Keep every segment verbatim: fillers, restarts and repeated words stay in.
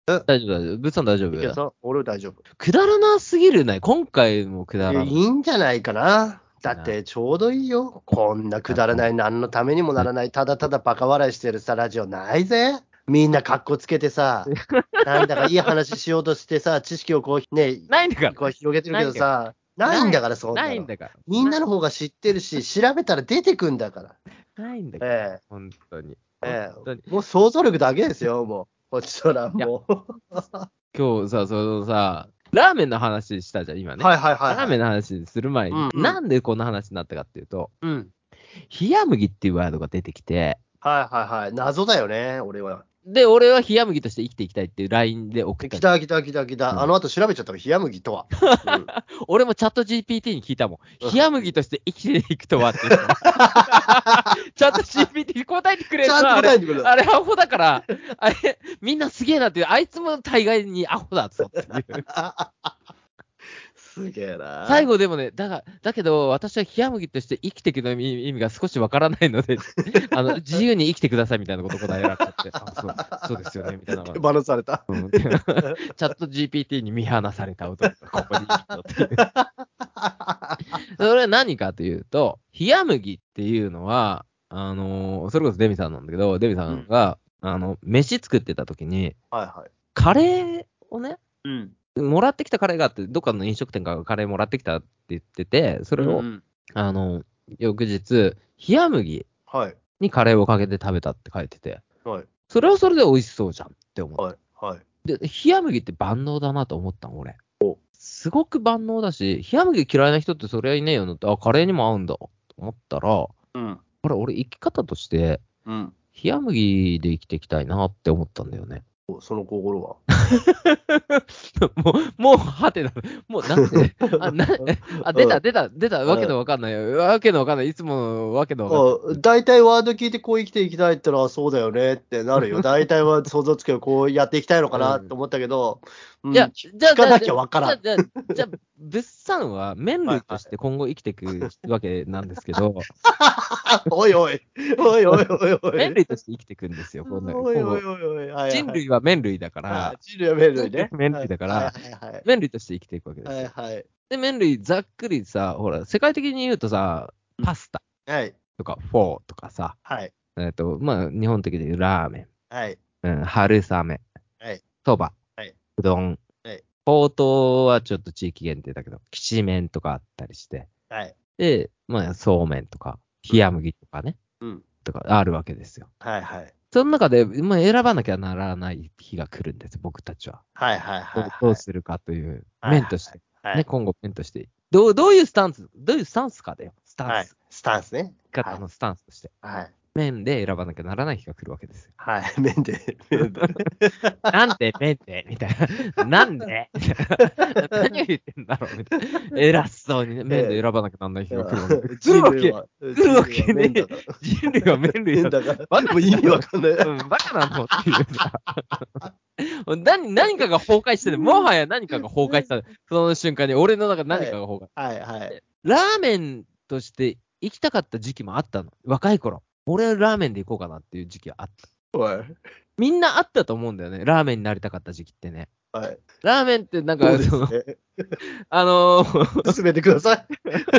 え大丈夫、大丈夫。物産大丈夫。 いやさ、俺大丈夫。 くだらなすぎるね。今回もくだらない。 いいんじゃないかな。だってちょうどいいよ。こんなくだらない、何のためにもならない、ただただバカ笑いしてるさ、ラジオないぜ。みんなカッコつけてさ、なんだかいい話しようとしてさ、知識をこうね、 ないんだから。 こう広げてるけどさ、ないんだから、そんなの。 ないんだから。 みんなの方が知ってるし、調べたら出てくんだから。 ないんだから。 ええ本当に。 え本当に。 えもう想像力だけですよ、もう。こっちとらもう。 今日さ、そのさ、ラーメンの話したじゃん、今ね。 はいはいはい、はい。 ラーメンの話する前に、 うんうんなんでこんな話になったかっていうと、 うん。 冷麦っていうワードが出てきて、 はいはいはい。謎だよね、俺は。 で、俺は冷麦として生きていきたいっていう ライン で送った来た来た来た来た。 うんあの後調べちゃったら、冷麦とは。うん、 俺もチャット ジーピーティー に聞いたもん。冷麦として生きていくとはって。チャット ジーピーティー に答えてくれるちゃんとあれ、 答えてくれる。 あれアホだから、あれ、みんなすげえなっていう、あいつも大概にアホだっつっていう。 すげえな。 最後でもね、だが、だけど、私は冷麦として生きていくの意味が少しわからないので、あの、自由に生きてくださいみたいなこと答えられちゃって、あ、そう、そうですよね、みたいな。 手放された。 うん、チャット ジーピーティー に見放された男がここにいるとっていう。それは何かというと、冷麦っていうのは、あのーそれこそデミさんなんだけど、デミさんが、うん、あの、飯作ってた時に、 はいはい。 カレーをね、 うん。 もらってきたカレーがあって、どっかの飲食店からカレーもらってきたって言ってて、それを、 うんうん、 あの、翌日、冷麦にカレーをかけて食べたって書いてて、 はい。 それはそれで美味しそうじゃんって思って。 はい。はい。 で、冷麦って万能だなと思ったの、俺。すごく万能だし、冷麦嫌いな人ってそれはいねえよなって、あ、カレーにも合うんだと思ったら、 うん。 これ俺生き方として、 うん。 冷麦で生きていきたいなって思ったんだよね。 その心はもう、もう、はてな、もう、なんで、あ、な、あ、出た、出た、出た、わけのわかんない、わけのわかんない、いつものわけのわかんない。 大体ワード聞いてこう生きていきたいってのはそうだよねってなるよ。大体は想像つけばこうやっていきたいのかなって思ったけど、うん、 いや、じゃあ、 聞かなきゃわからん。 じゃあ、じゃあ、じゃあ、物産は麺類として今後生きていくわけなんですけど、 おいおい、おいおいおいおい。 麺類として生きていくんですよ、今度。 おいおいおいおい。はいはい、 人類は麺類だから、 人類は麺類ね。 麺類だから、はいはいはい、麺類として生きていくわけですよ。はいはい、で、麺類、ざっくりさ、ほら、世界的に言うとさ、パスタとかフォーとかさ、はい、えっと、まあ、日本的で言うラーメン、はいうん、春雨、そば、はい、うどん、はい、ほうとうはちょっと地域限定だけど、きしめんとかあったりして、はい、で、まあ、そうめんとか、冷麦とかね、うん、とかあるわけですよ。はいはい。その中で、まあ、選ばなきゃならない日が来るんです、僕たちは。はいはいはい、はい。どうするかという、面として、はいはい、ね、今後面として。どう、どういうスタンス、どういうスタンスかだよ、スタンス。はい、スタンスね。方のスタンスとして。はい。面で選ばなきゃならない日が来るわけですよ。はい、面で、面で。なんで面でみたいな。なんで何を言ってんだろうみたいな。偉そうにね、面で選ばなきゃならない日が来るわけです。来るわけ、来るわけね。人類は麺類だから。バカも意味わかんない。うん、バカなのっていうさ。何, 何かが崩壊してる。もはや何かが崩壊した。その瞬間に俺の中で何かが崩壊。はいはい、はい。ラーメンとして行きたかった時期もあったの。若い頃。俺はラーメンで行こうかなっていう時期はあった。はい。みんなあったと思うんだよね。ラーメンになりたかった時期ってね。はい。ラーメンってなんか、その、ね、あのー、進めてください。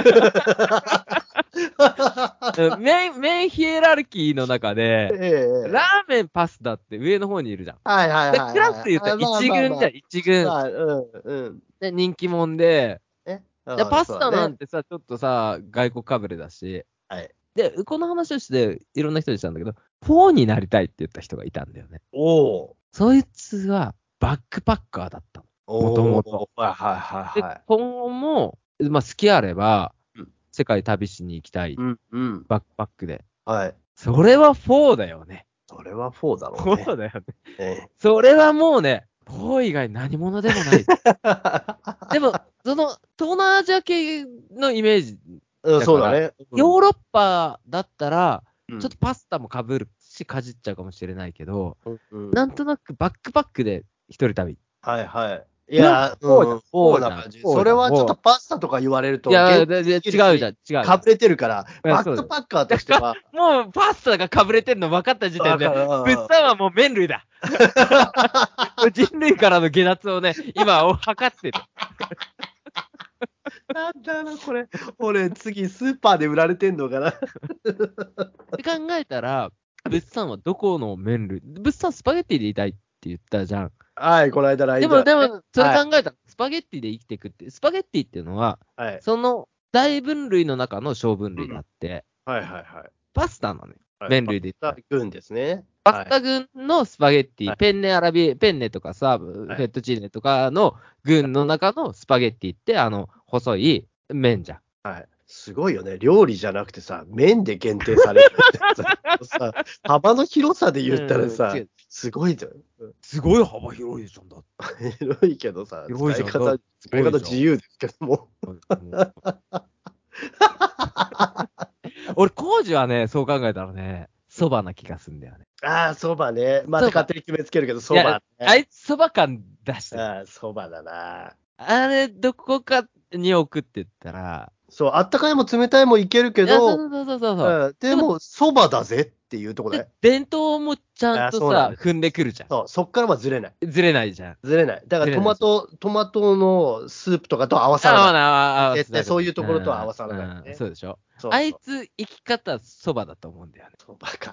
メイン、メインヒエラルキーの中で、えー、ラーメンパスタって上の方にいるじゃん。はいはいはい、はい。クラスで言ったら一軍じゃん、一軍。まあ、うんうん。で、人気者で、えでパスタなんてさ、ね、ちょっとさ、外国かぶれだし。はい。で、この話をして、いろんな人にしたんだけど、フォーになりたいって言った人がいたんだよね。おお。そいつは、バックパッカーだったの。もともと。はいはいはい、はい。で、今後も、まあ、好きあれば、うん、世界旅しに行きたい。うんうん。バックパックで。はい。それはフォーだよね。それはフォーだろうね。フォーだよね。ええ、それはもうね、フォー以外何者でもない。でも、その、東南アジア系のイメージ。うん、そうだね。うん、ヨーロッパだったら、ちょっとパスタもかぶるし、かじっちゃうかもしれないけど、うんうん、なんとなくバックパックで一人旅。はいはい。 いや、うん、そうな感じ。それはちょっとパスタとか言われると、 いや、違うじゃん、違う。 かぶれてるから、バックパッカーとしては。 もうパスタがかぶれてるの分かった時点で、物産はもう麺類だ。人類からの下脱をね、今、測ってる。 なんだろう、これ。俺、次、スーパーで売られてんのかな。 って考えたら、物産はどこの麺類物産スパゲッティでいたいって言ったじゃん。 はい、この間ラインでも、でも、それ考えたら、スパゲッティで生きていくって、スパゲッティっていうのは、はい、その大分類の中の小分類であって、 うん、はいはいはい。 パスタなのよ。はい、麺類で言った。パスタ群ですね。 パスタ群のスパゲッティ、はい、ペンネアラビ、ペンネとかさ、フェットチーネとかの群の中のスパゲッティって、あの、細い麺じゃん。 はい。すごいよね。料理じゃなくてさ、麺で限定されるってさ、幅の広さで言ったらさ、うん、すごいじゃん。 すごい幅広いじゃんだ。 広いけどさ、使い方、使い方自由ですけども。 俺、コージはね、そう考えたらね、そばな気がするんだよね。 ああ、そばね。また勝手に決めつけるけど、そば、ね。 あいつそば感出してる。 ああ、そばだな。 あれ、どこかに置くって言ったら、 そう、あったかいも冷たいもいけるけど、 そうそうそうそうそう、 うん、でも、そばだぜっていうところで。 伝統もちゃんとさ、踏んでくるじゃん。 そう、そっからはずれない。 ずれないじゃん。 ずれない。だからトマト、トマトのスープとかと合わさらない。絶対そういうところとは合わさらない、ねうんうん。そうでしょ。そうそうあいつ、生き方、そばだと思うんだよね。 そばか。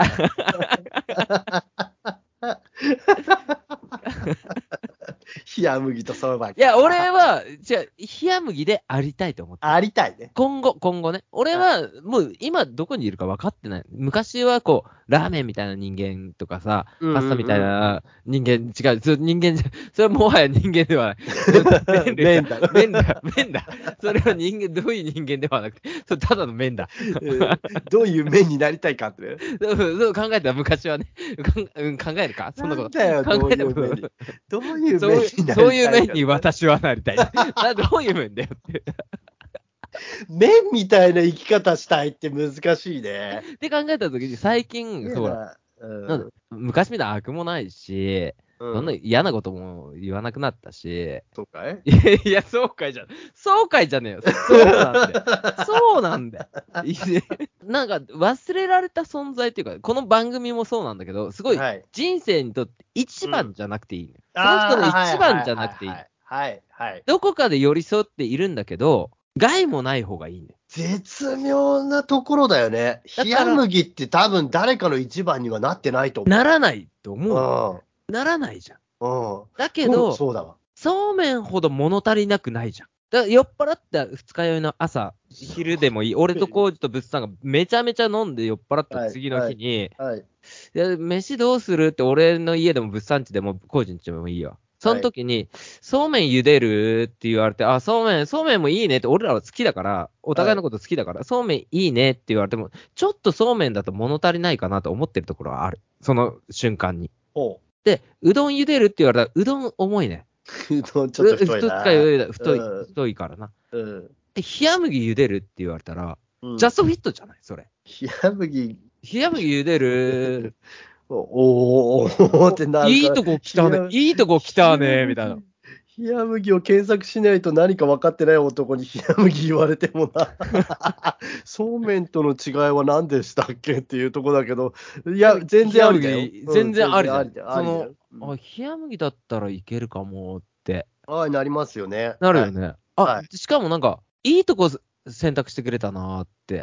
冷麦とそばか。 いや、俺は、じゃ冷麦でありたいと思って。 ありたいね。 今後、今後ね。俺は、もう今どこにいるか分かってない。昔はこう、ラーメンみたいな人間とかさ、パスタみたいな人間、違う、それ人間じゃ、それはもはや人間ではない。 麺だ。 麺だ。麺だ。それは人間、どういう人間ではなくて、それただの麺だ。 どういう麺になりたいかってね。 そう考えたら昔はね、考えるかそんなこと。 考えたらどういう麺になりたいか。 そういう麺に私はなりたい。どういう麺だよって。 麺みたいな生き方したいって難しいね。 って考えたときに最近、そうだ、うん、昔みたいな悪もないし、うん、そんな嫌なことも言わなくなったし。 そうかいいや、そうかいじゃん。そうかいじゃねえよ。そうなんだよ。そうなんだよ。なんか忘れられた存在っていうか、この番組もそうなんだけど、すごい人生にとって一番じゃなくていい、ねうん、その人の一番じゃなくていい。 はいはい。 どこかで寄り添っているんだけど、害もない方がいいね。 絶妙なところだよね。冷麦って多分誰かの一番にはなってないと思う。 ならないと思う、ね。ならないじゃん。 うん。 だけど、 うん、そうだわ。 そうめんほど物足りなくないじゃん。だから酔っ払った二日酔いの朝、昼でもいい。俺とコージと物産がめちゃめちゃ飲んで酔っ払った次の日に、はいはいはい、飯どうするって俺の家でも物産家でもコージん家でもいいよ。その時に、はい、そうめん茹でるって言われて、あ、そうめん、そうめんもいいねって、俺らは好きだから、お互いのこと好きだから、はい、そうめんいいねって言われても、ちょっとそうめんだと物足りないかなと思ってるところはある。その瞬間に。で、うどん茹でるって言われたら、うどん重いね。 うどんちょっと太いな。 太い、うん、太いからな。うん、で、冷麦茹でるって言われたら、うん、ジャストフィットじゃないそれ。 冷麦。 冷麦茹でる。 おーおーってなるから。 いいとこ来たね。いいとこ来たね、みたいな。 冷麦を検索しないと何か分かってない男に冷麦言われてもな。そうめんとの違いは何でしたっけっていうとこだけど、いや、全然ありだよ。 全然ありじゃん。その、あ、冷麦だったらいけるかもって。 ああ、なりますよね。 なるよね。はい、あ、はい、しかもなんか、いいとこ選択してくれたなーって。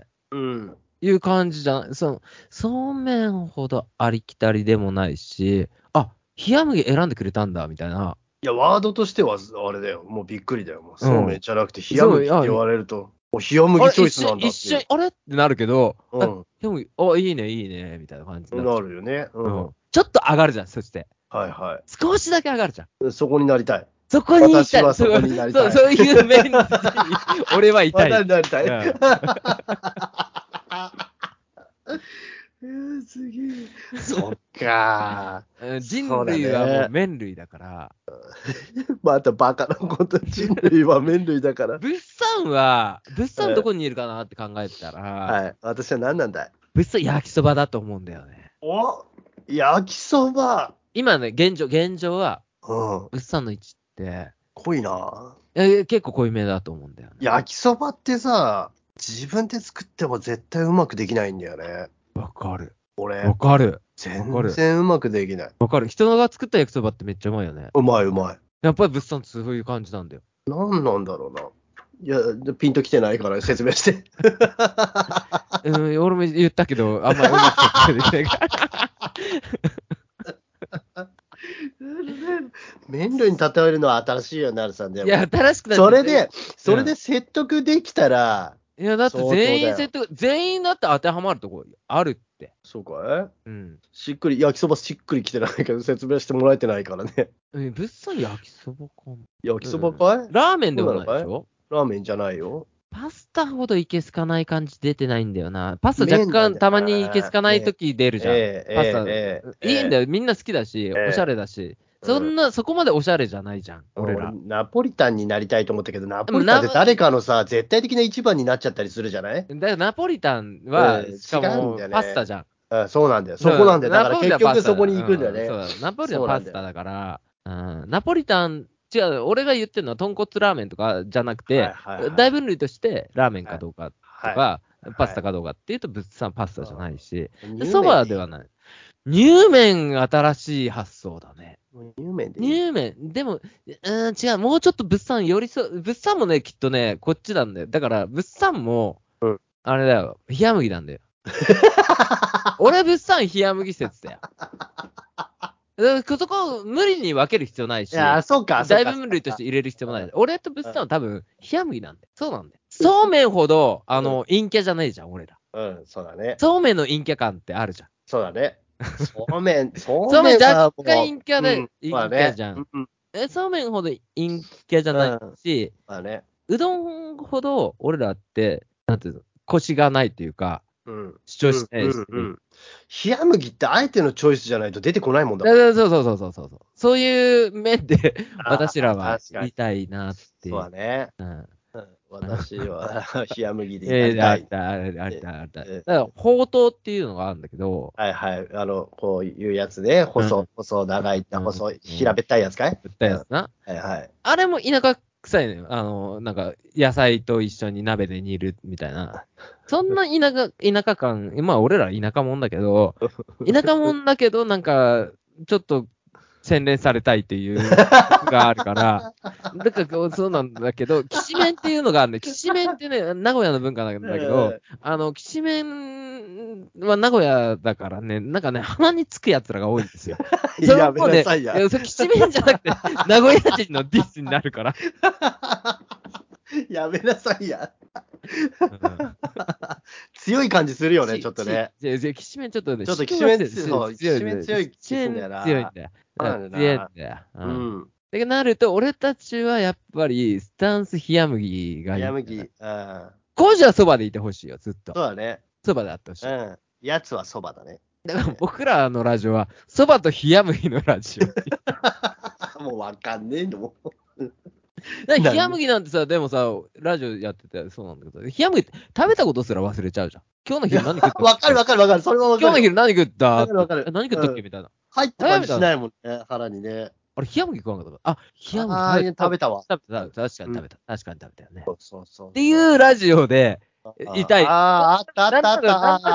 うん。いう感じじゃない。その、そうめんほどありきたりでもないし、あ、冷麦選んでくれたんだ、みたいな。 いや、ワードとしては、あれだよ。もうびっくりだよ。もうそうめんじゃなくて、冷麦って言われると、もう冷麦チョイスなんだって。 一瞬、あれってなるけど、うん。でも、あ、いいね、いいね、みたいな感じになる。なるよね。うん。 ちょっと上がるじゃん、そして。 はいはい。 少しだけ上がるじゃん。そこになりたい。 そこにいたい。 私はそこになりたい。 そう、そういう面に、俺はいたい。 なりたい。えー、すげえ。そっかー。人類はもう麺類だから。 またバカなこと、人類は麺類だから。 物産は、物産どこにいるかなって考えたら。 はい。私は何なんだい物産焼きそばだと思うんだよね。 お焼きそば。 今ね、現状、現状は、うん。物産の位置って。 濃いな。 え結構濃いめだと思うんだよね。 焼きそばってさ、自分で作っても絶対うまくできないんだよね。 わかる。 俺。 わかる。 全然うまくできない。 わかる。人が作った焼きそばってめっちゃうまいよね。 うまいうまい。 やっぱり物産ってそういう感じなんだよ。 なんなんだろうな。いや、ピンときてないから説明して。 うん、俺も言ったけど、あんまりうまく説明できないから。 麺類に例えるのは新しいよ、なるさんでも。 いや、新しくなってそれで、それで説得できたら、 いや、だって全員説得、全員だって当てはまるとこあるって。 そうかい？ うん。 しっくり、焼きそばしっくりきてないけど、説明してもらえてないからね。 え、物産焼きそばかな。 焼きそばかい、うん、 ラーメンでもないでしょ？ ラーメンじゃないよ。 パスタほどいけすかない感じ出てないんだよな。パスタ若干たまにいけすかないとき出るじゃん。えー、パスタ、えーえー、いいんだよ。みんな好きだし、えー、おしゃれだし。そんな、うん、そこまでおしゃれじゃないじゃん、俺ら。 ナポリタンになりたいと思ったけど、ナポリタンって誰かのさ、絶対的な一番になっちゃったりするじゃない？ だからナポリタンは、うん、しかもパスタじゃん。 うん、そうなんだよ。そこなんだよ。だから結局そこに行くんだよね。 うん、そうだ。ナポリタンはパスタだから、うん、ナポリタン、違う、俺が言ってるのは豚骨ラーメンとかじゃなくて、はいはいはい、大分類としてラーメンかどうかとか、はいはい、パスタかどうかっていうと物産パスタじゃないし、そばではない。乳麺新しい発想だね。 乳麺でいい？ 乳麺。でも、うん、違う、もうちょっと物産寄り添う、物産もね、きっとね、こっちなんだよ。だから、物産も、うん、あれだよ、冷麦なんだよ。俺、物産冷麦説だよ。そこ、無理に分ける必要ないし、いや、そうか、 大分類として入れる必要もない。俺と物産は多分、冷麦なんだよ。そうなんだよ。そうめんほど、あの、陰キャじゃないじゃん、俺ら。 うん、そうだね。 そうめんの陰キャ感ってあるじゃん。 そうだね。そうめん、 そうめん若干陰キャで、うん、陰キャじゃん。うん、え、そうめんほど陰キャじゃないし、うん、まあね、うどんほど俺らって、なんていうの、コシがないっていうか、うん、主張しないし、うんうんうん。 冷麦ってあえてのチョイスじゃないと出てこないもんだ。 そうそうそうそうそうそう。そういう面で私らは言いたいなっていう。 そうだね。うん私は冷麦でやりたい。 えー、あれだ、あれだ、あれだ。だから、ほうとうっていうのがあるんだけど。 はいはい。あの、こういうやつね。細、うん、細長い、細い、平べったいやつかい？ べったいやつな。 うん、はいはい。 あれも田舎臭いのよ。あの、なんか、野菜と一緒に鍋で煮るみたいな。そんな田舎、田舎感、まあ俺ら田舎もんだけど、田舎もんだけど、なんか、ちょっと、洗練されたいっていうのがあるから、だからそうなんだけど、きしめんっていうのがあるんで、きしめんってね、名古屋の文化なんだけど、あの、きしめんは名古屋だからね、なんかね、鼻につくやつらが多いんですよ。 いや、やめなさいや。 いや、それきしめんじゃなくて、名古屋人のディスになるから。 やめなさいや。強い感じするよね、ちょっとね。 きしめんちょっとね、 ちょっときしめん強い。きしめん強い気するんだよな。 強いんだよ。 強いんだよ。 うん。ってなると、俺たちはやっぱり、スタンス冷麦がいい。 冷麦。うん。 工事はそばでいてほしいよ、ずっと。 そうだね。 そばであってほしい。 うん。やつはそばだね。 だから僕らのラジオは、そばと冷麦のラジオ。もうわかんねえのも。 冷麦なんてさ、でもさ、ラジオやっててそうなんだけど、冷麦って食べたことすら忘れちゃうじゃん。今日の昼何食った？ わかるわかるわかる。それはわかる。 今日の昼何食った？ わかるわかる。 何食ったっけみたいな。 入って感じしないもんね、腹にね。 あれ、冷麦食わなかった。あ、冷麦あ食べたわ。 食べた。確かに食べた。確かに食べたよね。 そうそうそう。 っていうラジオで、いたい。 ああ、あったあったあった。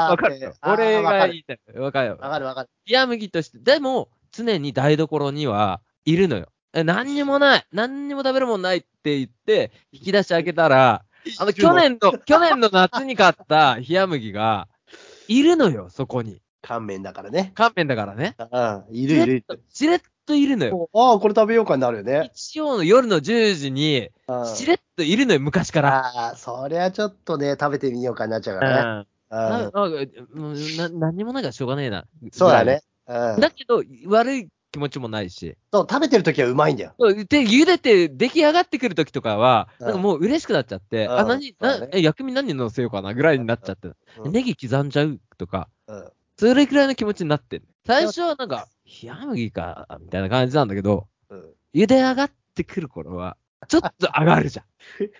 わかる。俺が言いたい。わかるよ。 わかるわかる。 冷麦として、でも、常に台所にはいるのよ。え、何にもない。何にも食べるもんないって言って、引き出し開けたら、あの、去年の、去年の夏に買った冷麦が、いるのよ、そこに。 乾麺だからね。 乾麺だからね。 うん、いるいる。 しれっといるのよ。 ああ、これ食べようかになるよね。 日曜の夜のじゅうじに、しれっといるのよ、昔から。 ああ、そりゃちょっとね、食べてみようかになっちゃうからね。 うん。な何にもないからしょうがねえな。 そうだね。 うん、だけど、悪い気持ちもないし。 そう、食べてるときはうまいんだよ。 そうで、茹でて出来上がってくるときとかは、うん、なんかもう嬉しくなっちゃって、うん、あ、何、な、ね、え、薬味何に乗せようかなぐらいになっちゃって、うん、ネギ刻んじゃうとか、うん、それくらいの気持ちになってん。最初はなんか、冷麦か、みたいな感じなんだけど、うん、茹で上がってくる頃は、ちょっと上がるじゃん。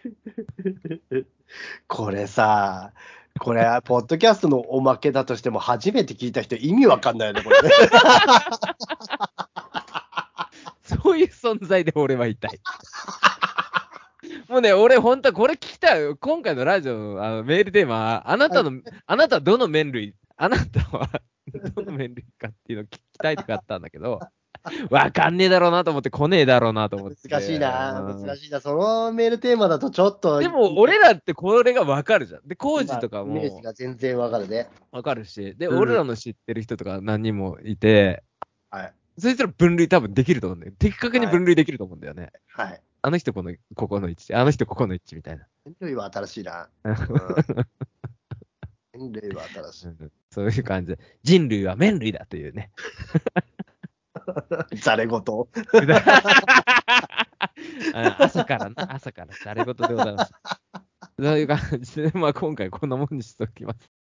これさ、これ、ポッドキャストのおまけだとしても、初めて聞いた人意味わかんないよね、これね。 そそういう存在で俺はいたい。もうね、俺本当はこれ聞きたいよ。今回のラジオのあのメールテーマは、あなたの、はい、あなたはどの麺類、あなたはどの麺類かっていうのを聞きたいとかあったんだけど、わかんねえだろうなと思って、来ねえだろうなと思って。 難しいな、難しいな。そのメールテーマだとちょっと。 でも、俺らってこれがわかるじゃん。で、コージとかも。 イメージが全然わかるね。 わかるし。で、うん、俺らの知ってる人とか何人もいて、 はい。 そいつら分類多分できると思うんだよ。的確に分類できると思うんだよね。 はい。はい、 あの人この、ここの位置、あの人ここの位置みたいな。 麺類は新しいな。うん、麺類は新しい、うん。 そういう感じで。人類は麺類だというね。 ざれ言。 朝からな、朝からざれ言でございます。そういう感じで、まあ今回こんなもんにしておきます。